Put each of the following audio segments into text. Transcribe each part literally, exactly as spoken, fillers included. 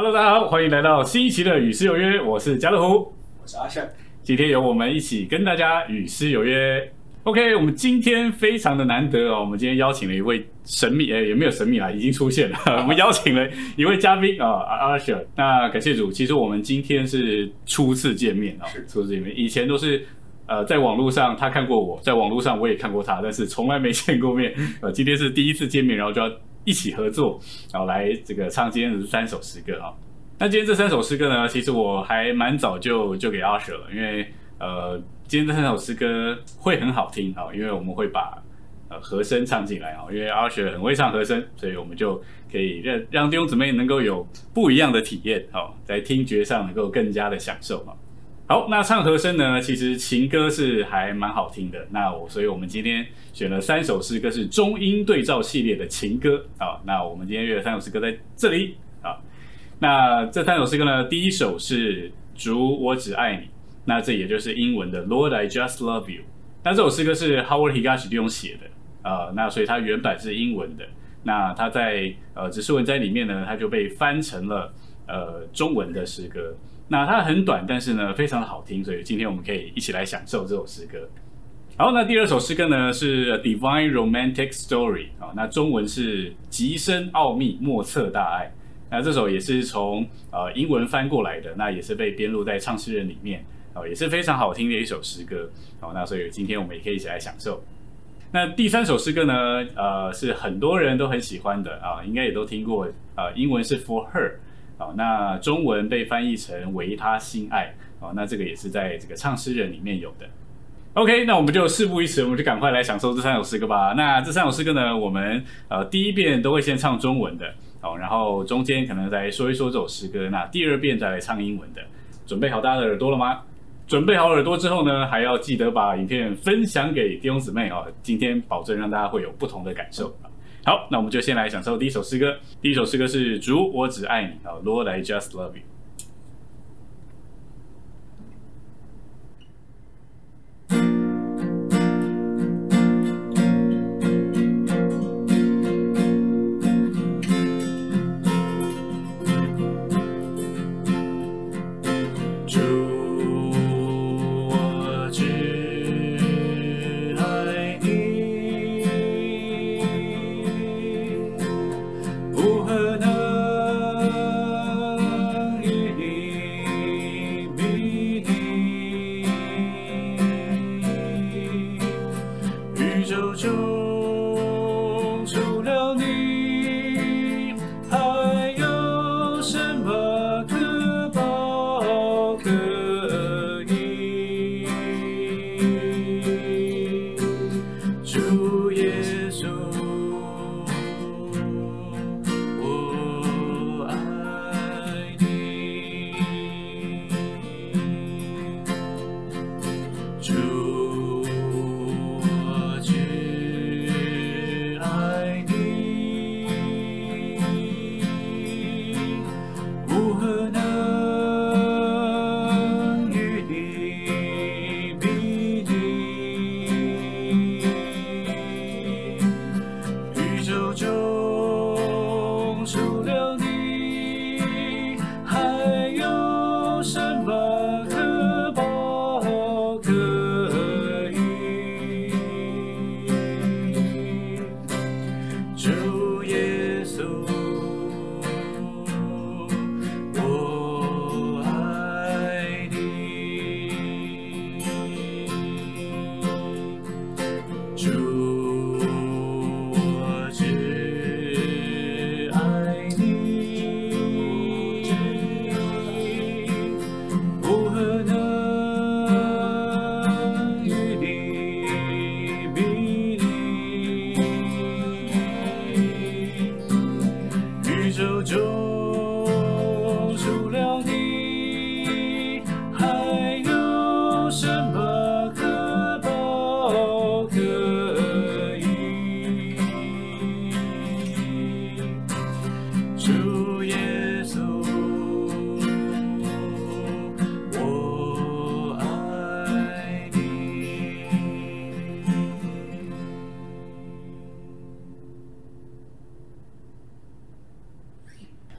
Hello， 大家好，欢迎来到新一期的与诗有约，我是家乐福， 我是阿胜。 今天由我们一起跟大家与诗有约。OK， 我们今天非常的难得哦，我们今天邀请了一位神秘，诶，也没有神秘啦，已经出现了。我们邀请了一位嘉宾啊，阿雪。那感谢主，其实我们今天是初次见面哦，是初次见面，以前都是。呃，在网络上他看过我，在网络上我也看过他，但是从来没见过面。呃，今天是第一次见面，然后就要一起合作，然后来这个唱今天的三首诗歌啊。那今天这三首诗歌呢，其实我还蛮早就就给阿雪了，因为呃，今天这三首诗歌会很好听啊，因为我们会把呃和声唱进来啊，因为阿雪很会唱和声，所以我们就可以让让弟兄姊妹能够有不一样的体验哦，在听觉上能够更加的享受啊。好，那唱和声呢？其实情歌是还蛮好听的。那我，所以我们今天选了三首诗歌，是中英对照系列的情歌啊。那我们今天约了三首诗歌在这里啊。那这三首诗歌呢，第一首是主我只爱你，那这也就是英文的 Lord I Just Love You。那这首诗歌是 Howard Higashi 弟兄写的啊，那所以它原版是英文的。那它在呃指示文摘里面呢，它就被翻成了呃中文的诗歌。那它很短，但是呢非常的好听，所以今天我们可以一起来享受这首诗歌。好，那第二首诗歌呢是 A Divine Romantic Story 啊，那中文是极深奥秘莫测大爱。那这首也是从呃英文翻过来的，那也是被编录在唱诗人里面，哦，也是非常好听的一首诗歌。好，那所以今天我们也可以一起来享受。那第三首诗歌呢，呃，是很多人都很喜欢的啊，应该也都听过，呃，英文是 For Her。好，那中文被翻译成为他心爱，好，那这个也是在这个唱诗人里面有的。OK， 那我们就事不宜迟，我们就赶快来享受这三首诗歌吧。那这三首诗歌呢，我们呃第一遍都会先唱中文的，好，然后中间可能再说一说这首诗歌，那第二遍再来唱英文的。准备好大家的耳朵了吗？准备好耳朵之后呢，还要记得把影片分享给弟兄姊妹哦，今天保证让大家会有不同的感受。好，那我们就先来享受第一首诗歌。第一首诗歌是主我只爱你啊 ，Lord I Just Love You。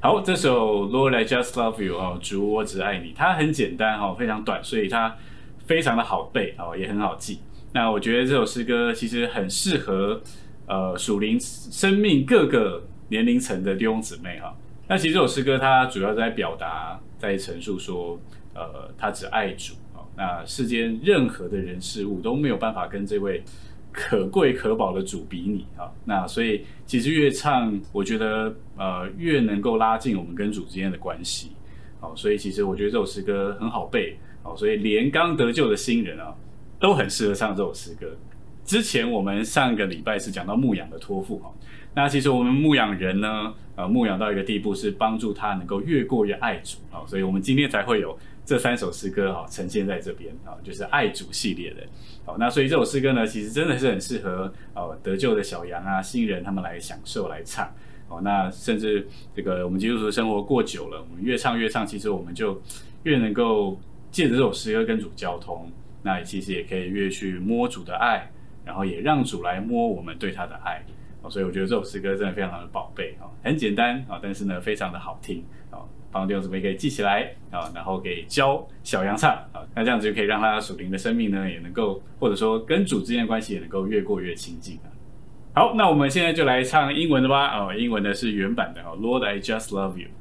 好，这首 Lord I Just Love You 哦，主我只爱你，它很简单哦，非常短，所以它非常的好背哦，也很好记。那我觉得这首诗歌其实很适合呃属灵生命各个年龄层的弟兄姊妹哈。那其实这首诗歌它主要在表达，在陈述说，呃，他只爱主哦。那世间任何的人事物都没有办法跟这位可贵可宝的主比拟啊。那所以其实越唱，我觉得呃越能够拉近我们跟主之间的关系。好，所以其实我觉得这首诗歌很好背。好，所以连刚得救的新人啊，都很适合唱这首诗歌。之前我们上个礼拜是讲到牧养的托付哈。那其实我们牧养人呢，呃，牧养到一个地步是帮助他能够越过越爱主啊，所以我们今天才会有这三首诗歌哈呈现在这边啊，就是爱主系列的。好，那所以这首诗歌呢，其实真的是很适合呃得救的小羊啊、新人他们来享受来唱。哦，那甚至这个我们基督徒生活过久了，我们越唱越唱，其实我们就越能够借着这首诗歌跟主交通，那其实也可以越去摸主的爱，然后也让主来摸我们对他的爱。所以我觉得这首诗歌真的非常的宝贝，很简单，但是呢非常的好听，帮弟兄姊妹可以记起来，然后给教小羊唱，那这样子就可以让他属灵的生命呢也能够，或者说跟主之间的关系也能够越过越亲近。好，那我们现在就来唱英文的吧，英文的是原版的 Lord I Just Love You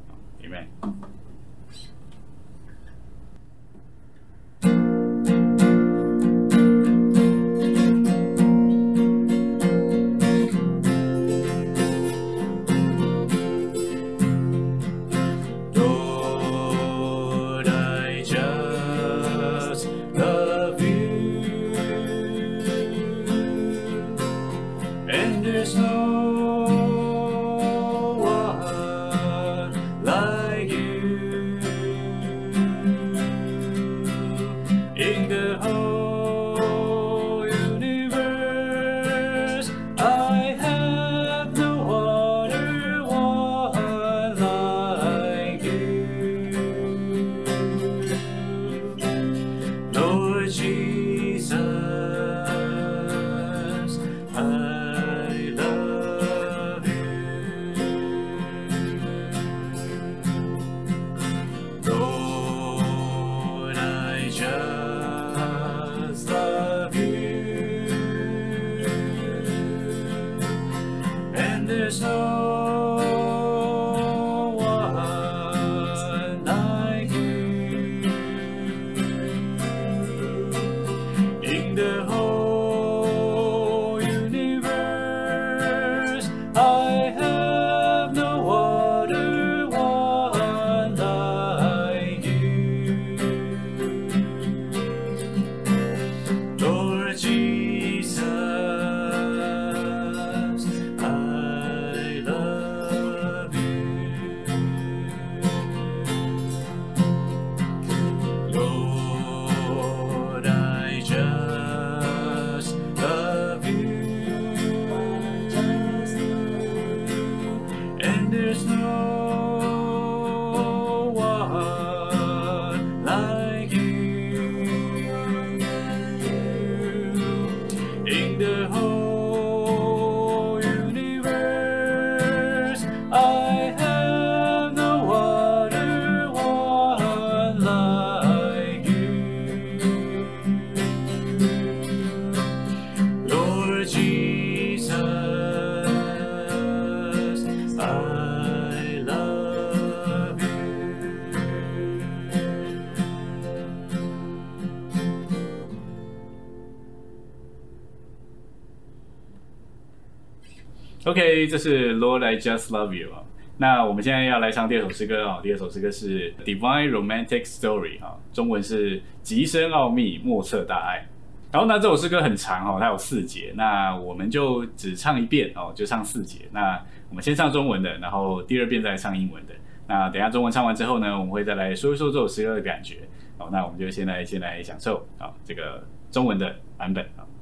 Amen。OK， 这是 Lord I Just Love You 啊。那我们现在要来唱第二首诗歌啊，第二首诗歌是 Divine Romantic Story 啊，中文是极深奥秘莫测大爱。然后呢，这首诗歌很长哦，它有四节，那我们就只唱一遍哦，就唱四节。那我们先唱中文的，然后第二遍再唱英文的。那等一下中文唱完之后呢，我们会再来说一说这首诗歌的感觉。好，那我们就先来先来享受啊这个中文的版本啊。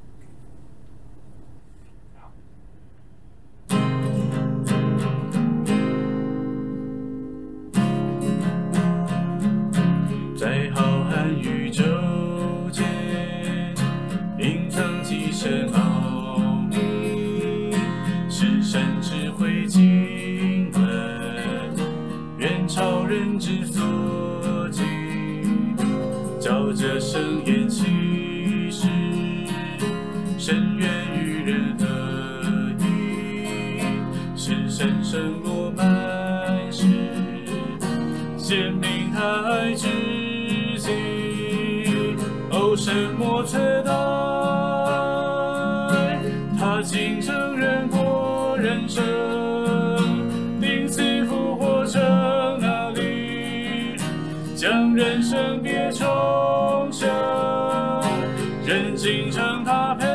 在浩瀚宇宙间，隐藏极深奥秘，是神智慧经纶， 生厌弃时，深渊与人合一，是神圣落满时，显明他爱至极。哦，神莫测代，他竟成人过人生，钉死复活成那里，将人生别重生，人竟称他配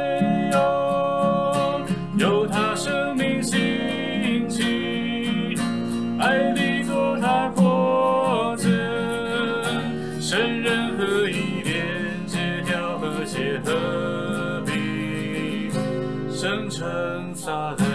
有，有他生命兴起，爱里做他扩增，神人合一连接调和结合并，生成撒冷，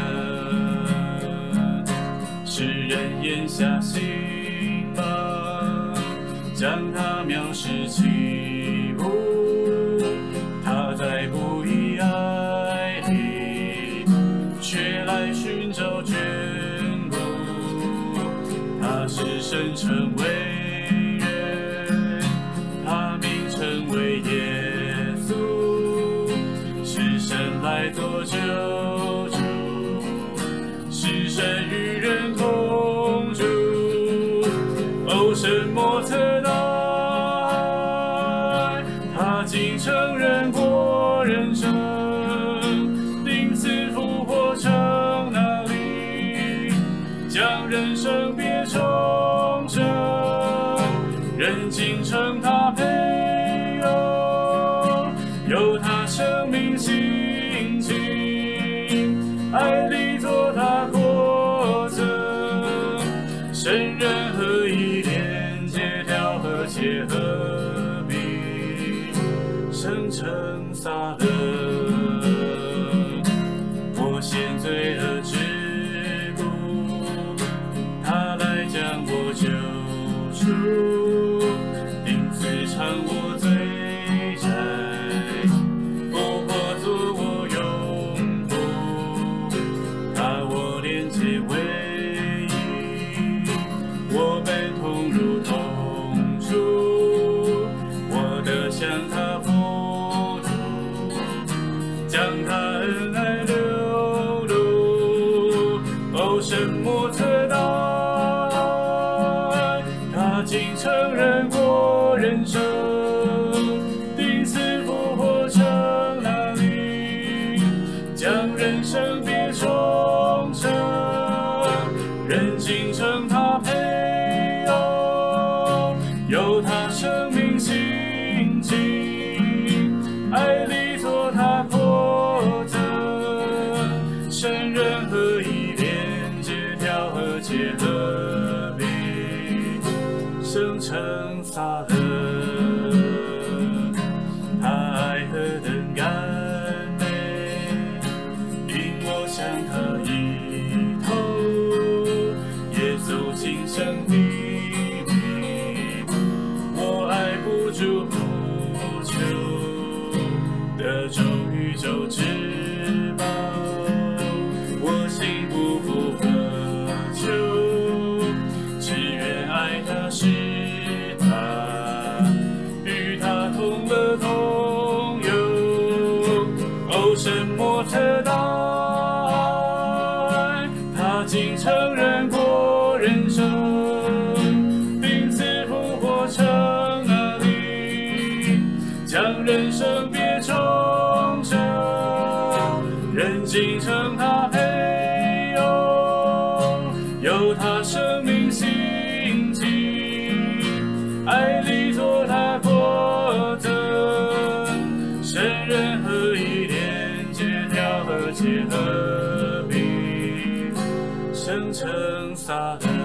世人咽下心芒，将他藐视起舞，他在不义爱里，却来寻找眷顾，他是神成为人，他名称为耶稣，是神来做救主，是神与人同住。哦，神莫测代，他竟成人过人生，钉死复活成那里，将人生别重生，人竟称他配有，有他生命兴起，爱里做他扩增，神人合一连接调和结合并，生成撒冷。我陷罪恶之谷，他来将我救出，钉死偿我罪债，复活作我永福，他我连接唯一，我们同入同住，我的向他付出，将他恩爱流露。哦，神莫测代，他竟成人过人生，钉死复活成那里，将人生别重生，人竟称他配有，有他生命兴起，爱里做他扩增，神人合一连接调和结合并，生成撒冷。他爱何等甘美，因我向他一头，耶稣亲生的名，我爱不住呼求，得着宇宙之宝，我心不负何求，只愿爱他是他，与他同乐同游。哦，神莫测代，他竟成人过人生，钉死复活成那里，将人生别重生，人竟称他配有，有他生命兴起，爱里做他扩增，神人合一连接调和结合并，生成撒冷。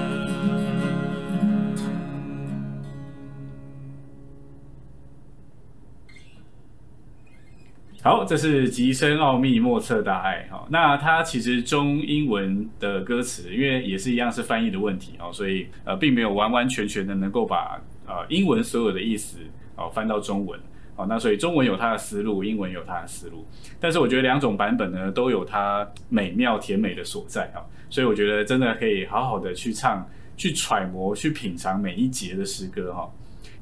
好，这是极深奥秘莫测大爱。好，那它其实中英文的歌词，因为也是一样是翻译的问题哦，所以呃并没有完完全全的能够把呃英文所有的意思哦翻到中文。哦，那所以中文有它的思路，英文有它的思路，但是我觉得两种版本呢都有它美妙甜美的所在啊，所以我觉得真的可以好好的去唱、去揣摩、去品尝每一节的诗歌哈。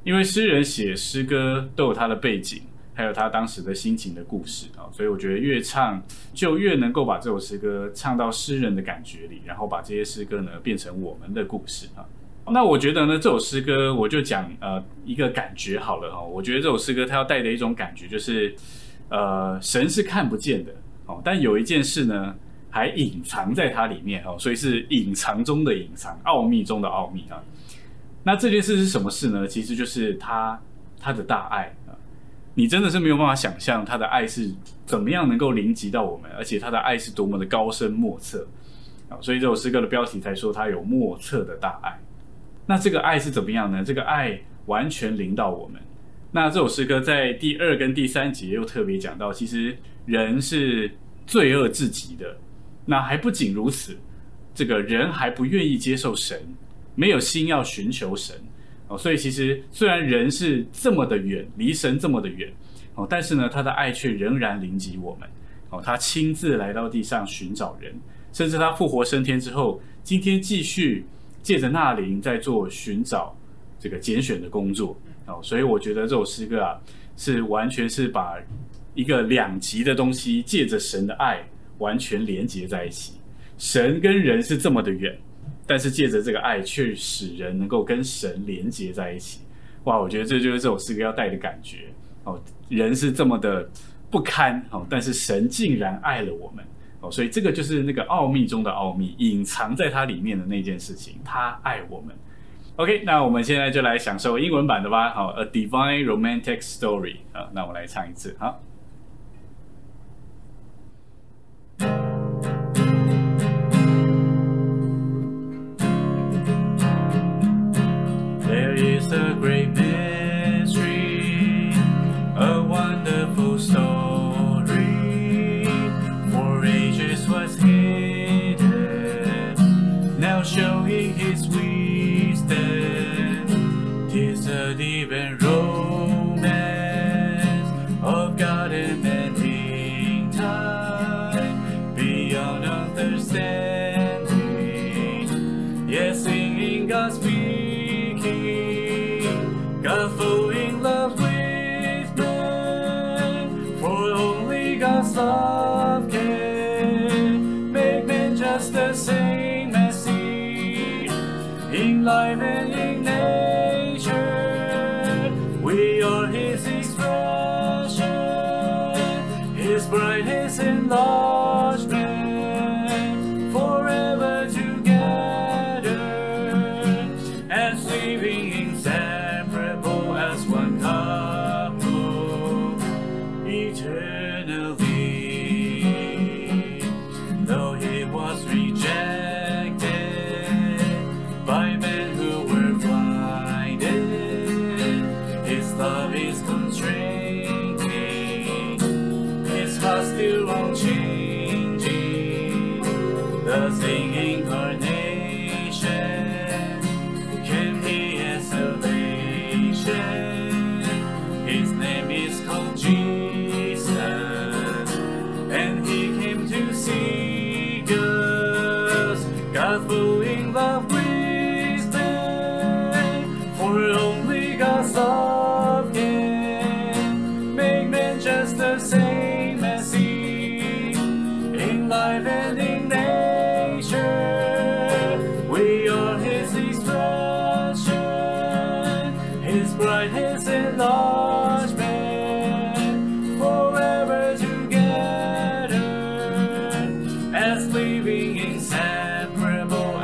因为诗人写诗歌都有他的背景，还有他当时的心情的故事啊，所以我觉得越唱就越能够把这首诗歌唱到诗人的感觉里，然后把这些诗歌呢变成我们的故事啊。那我觉得呢，这首诗歌我就讲呃一个感觉好了哈。我觉得这首诗歌它要带的一种感觉就是，呃，神是看不见的哦，但有一件事呢还隐藏在它里面哦，所以是隐藏中的隐藏，奥秘中的奥秘啊。那这件事是什么事呢？其实就是他他的大爱啊，你真的是没有办法想象他的爱是怎么样能够临及到我们，而且他的爱是多么的高深莫测啊。所以这首诗歌的标题才说他有莫测的大爱。那这个爱是怎么样呢？这个爱完全临到我们。那这首诗歌在第二跟第三节又特别讲到，其实人是罪恶至极的。那还不仅如此，这个人还不愿意接受神，没有心要寻求神哦。所以其实虽然人是这么的远，离神这么的远哦，但是呢，他的爱却仍然临及我们哦。他亲自来到地上寻找人，甚至他复活升天之后，今天继续借着那灵在做寻找这个拣选的工作哦。所以我觉得这首诗歌啊，是完全是把一个两极的东西借着神的爱完全连结在一起。神跟人是这么的远，但是借着这个爱却使人能够跟神连结在一起。哇，我觉得这就是这首诗歌要带的感觉哦。人是这么的不堪哦，但是神竟然爱了我们哦，所以这个就是那个奥秘中的奥秘，隐藏在它里面的那件事情，他爱我们。OK， 那我们现在就来享受英文版的吧。好 ，A Divine Romantic Story 啊，那我们来唱一次。好。 There is a great mystery, a wonderful story, for ages was hidden, now showing his wisdom. 'Tis a divine romance of God and man in time, beyond understanding. Yes, singing God's God falling in love with man, for only God's love can make man just the same as He, in life and in nature. We are His expression, His bride, His enlargement, forever together, as living inseparable as one couple eternally. Though He was rejected by men who were blinded, His love is constraining, His heart still unchanging. The singing incarnation can be as salvation. His name is called Jesus, and He came to seek us. God full in love with man, for only God's love can make man just the same as He, in life and in nature. We are His expression, His bride, His enlargement, forever together, as living inseparable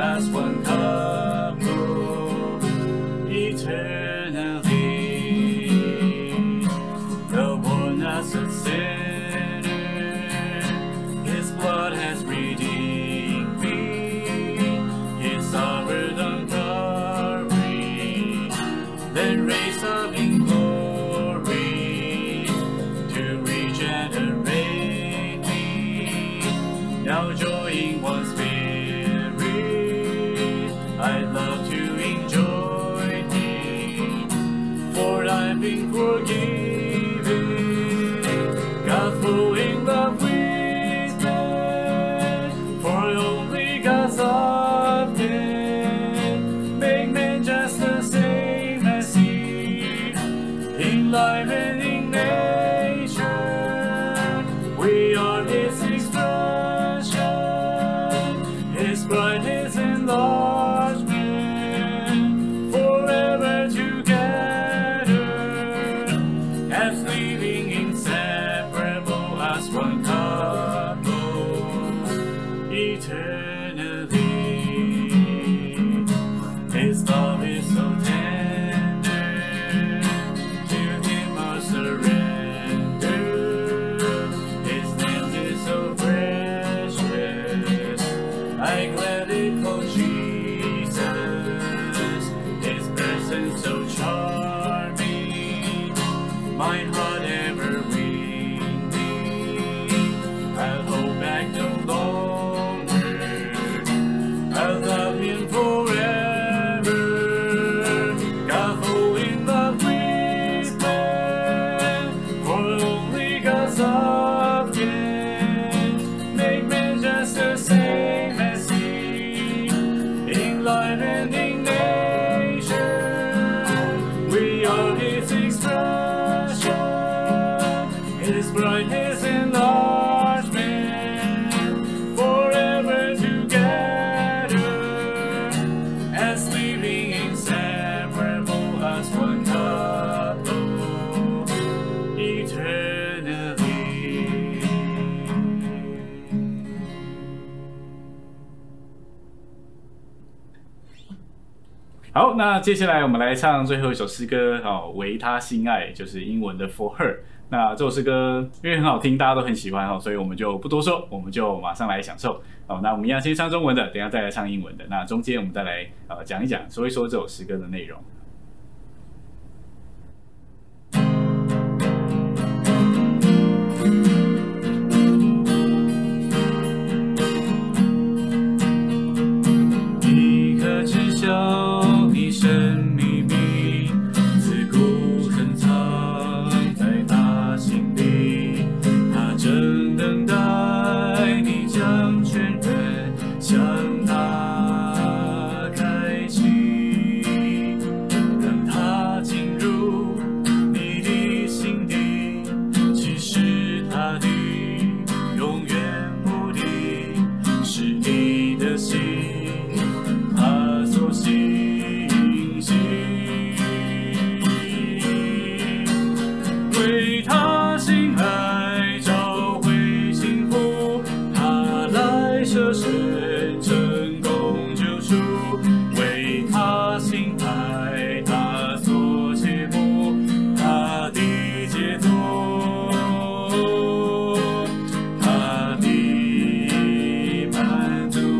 eternally. His love is so tender, to him I surrender. His name is so precious, I gladly call Jesus. His presence so charming, my heart ever winged. I'll hold back no longer, I'll love him forever. God fall in love with man, for only God's love can make man just the same as he, in life and in nature. We are his expression, his bright, his enlargement, forever together, as living inseparable as one couple, eternally. 好，那接下来我们来唱最后一首诗歌哦，唯他心爱，就是英文的 For Her。那这首诗歌因为很好听，大家都很喜欢哦，所以我们就不多说，我们就马上来享受。哦，那我们一样先唱中文的，等一下再来唱英文的。那中间我们再来呃讲一讲，说一说这首诗歌的内容。 一颗知晓你神秘秘，自古深藏在他心里，他正等待你将全人向他开启，让他进入你的心底，其实他的永远目的是你的心，他所信息，为他心爱找回幸福，他来舍身成功救赎，为他心爱他所切慕，他的杰作，他的满足。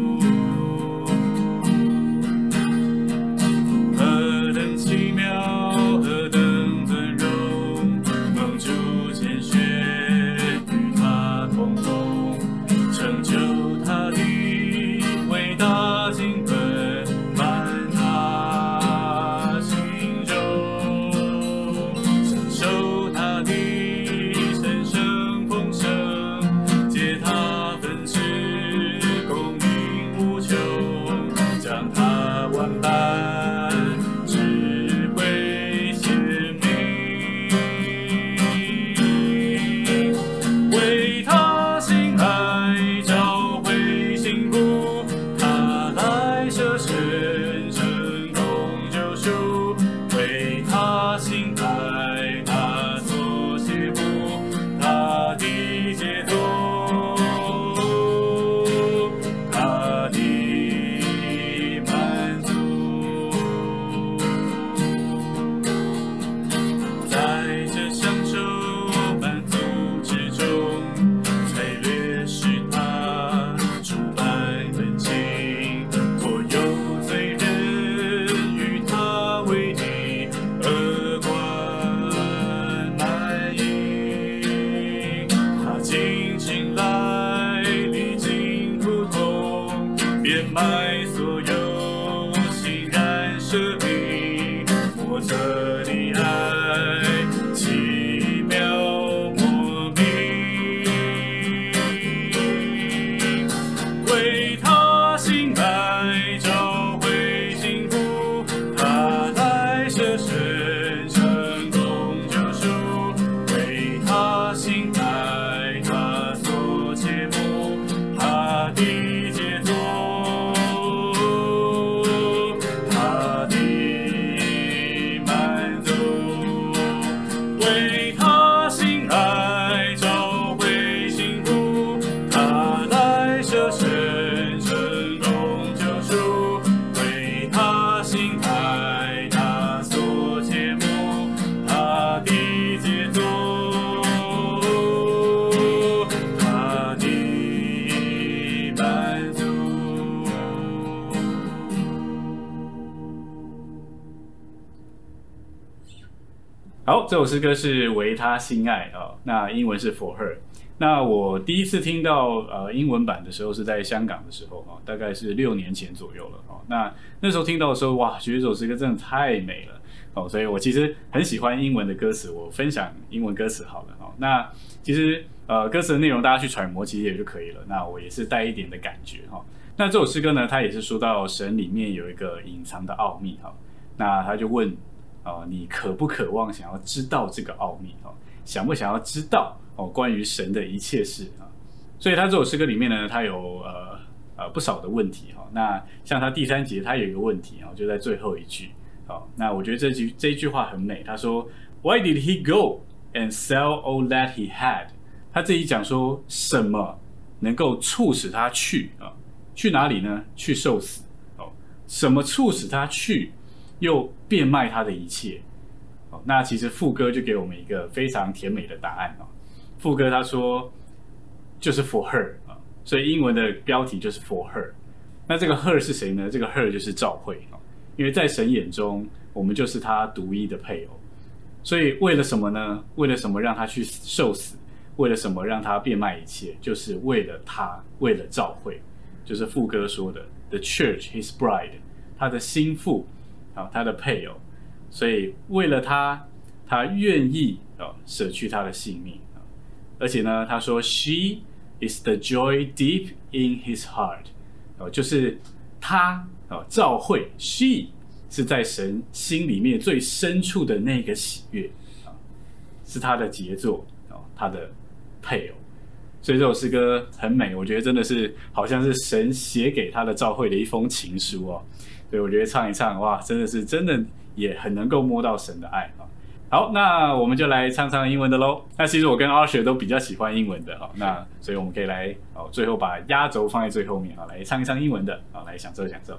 何等奇妙，何等尊荣，蒙主拣选与他同工，成就他的伟大经纶，满他心中，承受他的神圣丰盛，借他分赐供应无穷，将他万般智慧显明，为他心爱找回幸福，他来舍身成功救赎，为他心爱他所切慕，他的杰作，他的满足。在这享受满足之中，才略识他主爱本性。我有罪人与他为敌，恶贯满盈。他紧紧来，历经苦痛，变卖所有，欣然舍命，我这的爱奇妙莫名，为他心爱找回幸福，他来舍身成功救赎，为他心爱他所切慕，他的杰作， 好，这首诗歌是为他心爱啊、哦，那英文是 For Her。那我第一次听到呃英文版的时候是在香港的时候啊、哦，大概是六年前左右了哦。那那时候听到的时候，哇，觉得这首诗歌真的太美了哦，所以我其实很喜欢英文的歌词，我分享英文歌词好了哦。那其实呃歌词的内容大家去揣摩其实也就可以了。那我也是带一点的感觉哈、哦。那这首诗歌呢，它也是说到神里面有一个隐藏的奥秘哈、哦。那他就问啊、呃，你渴不渴望想要知道这个奥秘哈、哦？想不想要知道？哦，关于神的一切事啊，所以他这首诗歌里面呢，他有呃呃不少的问题哈、哦。那像他第三节，他有一个问题啊、哦，就在最后一句。好、哦，那我觉得这句这一句话很美。他说 ，Why did he go and sell all that he had？ 他这里讲说什么能够促使他去啊？去哪里呢？去受死。哦，什么促使他去，又变卖他的一切？哦，那其实副歌就给我们一个非常甜美的答案哦。副歌他说就是 for her 啊，所以英文的标题就是 for her。那这个 her 是谁呢？这个 her 就是教会啊，因为在神眼中，我们就是他独一的配偶。所以为了什么呢？为了什么让他去受死？为了什么让他变卖一切？就是为了他，为了教会，就是副歌说的 the church his bride， 他的心腹啊，他的配偶。所以为了他，他愿意啊舍去他的性命。而且呢，他说 ，She is the joy deep in his heart， 哦，就是他哦，教会 ，She 是在神心里面最深处的那个喜悦啊，是他的杰作哦，他的配偶。所以这首诗歌很美，我觉得真的是好像是神写给他的教会的一封情书哦。所以我觉得唱一唱，哇，真的是真的也很能够摸到神的爱啊。好，那我们就来唱唱英文的咯。那其实我跟 Archer 都比较喜欢英文的，那所以我们可以来哦，最后把压轴放在最后面，来唱一唱英文的，来享受享受。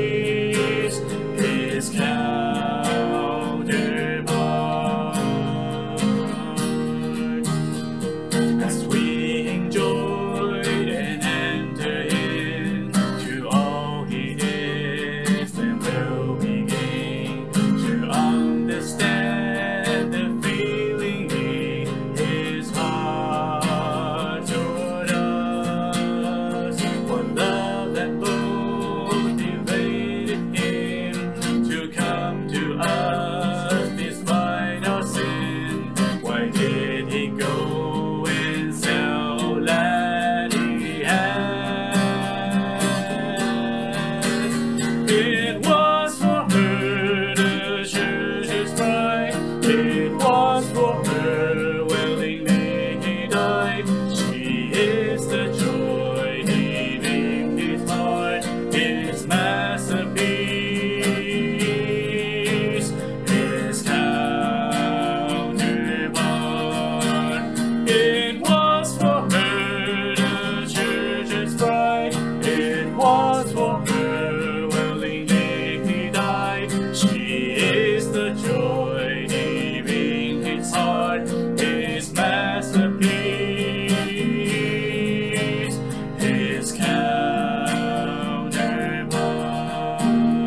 His counterpart. was for her, willingly he died. She is the joy leaving his heart, his masterpiece, his counterpart. It was for her, the church's bride. It was for her, willingly he died. She is the joy leaving his heart, his masterpiece, his counterpart.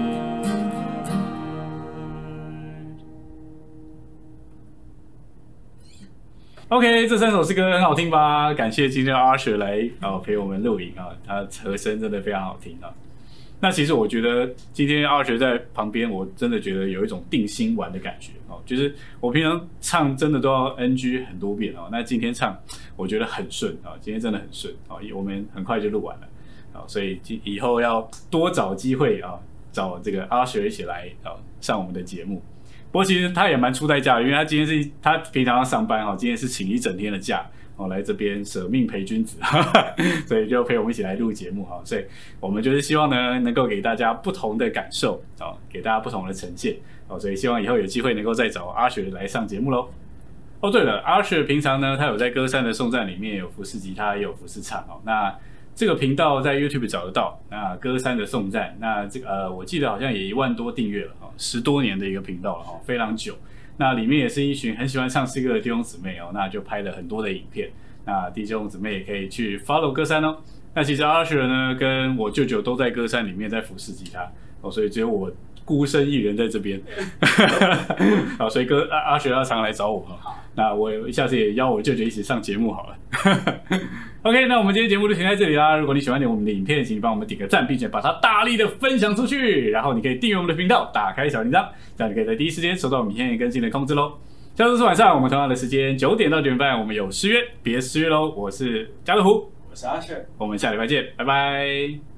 OK， 这三首诗歌很好听吧？感谢今天的 Usher 来哦陪我们录影啊，他和声真的非常好听啊。那其实我觉得今天 Usher 在旁边，我真的觉得有一种定心丸的感觉哦，就是我平常唱真的都要 N G 很多遍哦，那今天唱我觉得很顺啊，今天真的很顺啊，我们很快就录完了啊，所以以后要多找机会啊，找这个 Usher 一起来啊上我们的节目。不过其实他也蛮出代价的，因为他今天是他平常要上班哈，今天是请一整天的假哦，来这边舍命陪君子，哈哈，所以就陪我们一起来录节目哈。所以我们就是希望呢，能够给大家不同的感受哦，给大家不同的呈现哦，所以希望以后有机会能够再找阿雪来上节目喽。哦，对了，阿雪平常呢，他有在歌山的颂赞里面有服侍吉他，也有服侍唱哦。那这个频道在 YouTube 找得到，那歌山的颂赞，那这个呃，我记得好像也一万多订阅了哈，十多年的一个频道了哈，非常久。那里面也是一群很喜欢唱诗歌的弟兄姊妹哦，那就拍了很多的影片。那弟兄姊妹也可以去 follow 歌山哦。那其实 Usher 呢，跟我舅舅都在歌山里面在服侍吉他哦，所以只有我孤身一人在这边。好，所以哥阿 Usher 要常来找我哈。那我下次也邀我舅舅一起上节目好了。OK， 那我们今天节目就停在这里啦。如果你喜欢我们的影片，请帮我们点个赞，并且把它大力的分享出去。然后你可以订阅我们的频道，打开小铃铛，这样你可以在第一时间收到我们影片更新的通知喽。下周四晚上我们同样的时间九点到九点半，我们有失约，别失约喽。我是家乐福， 我是阿雪， 我们下礼拜见，拜拜。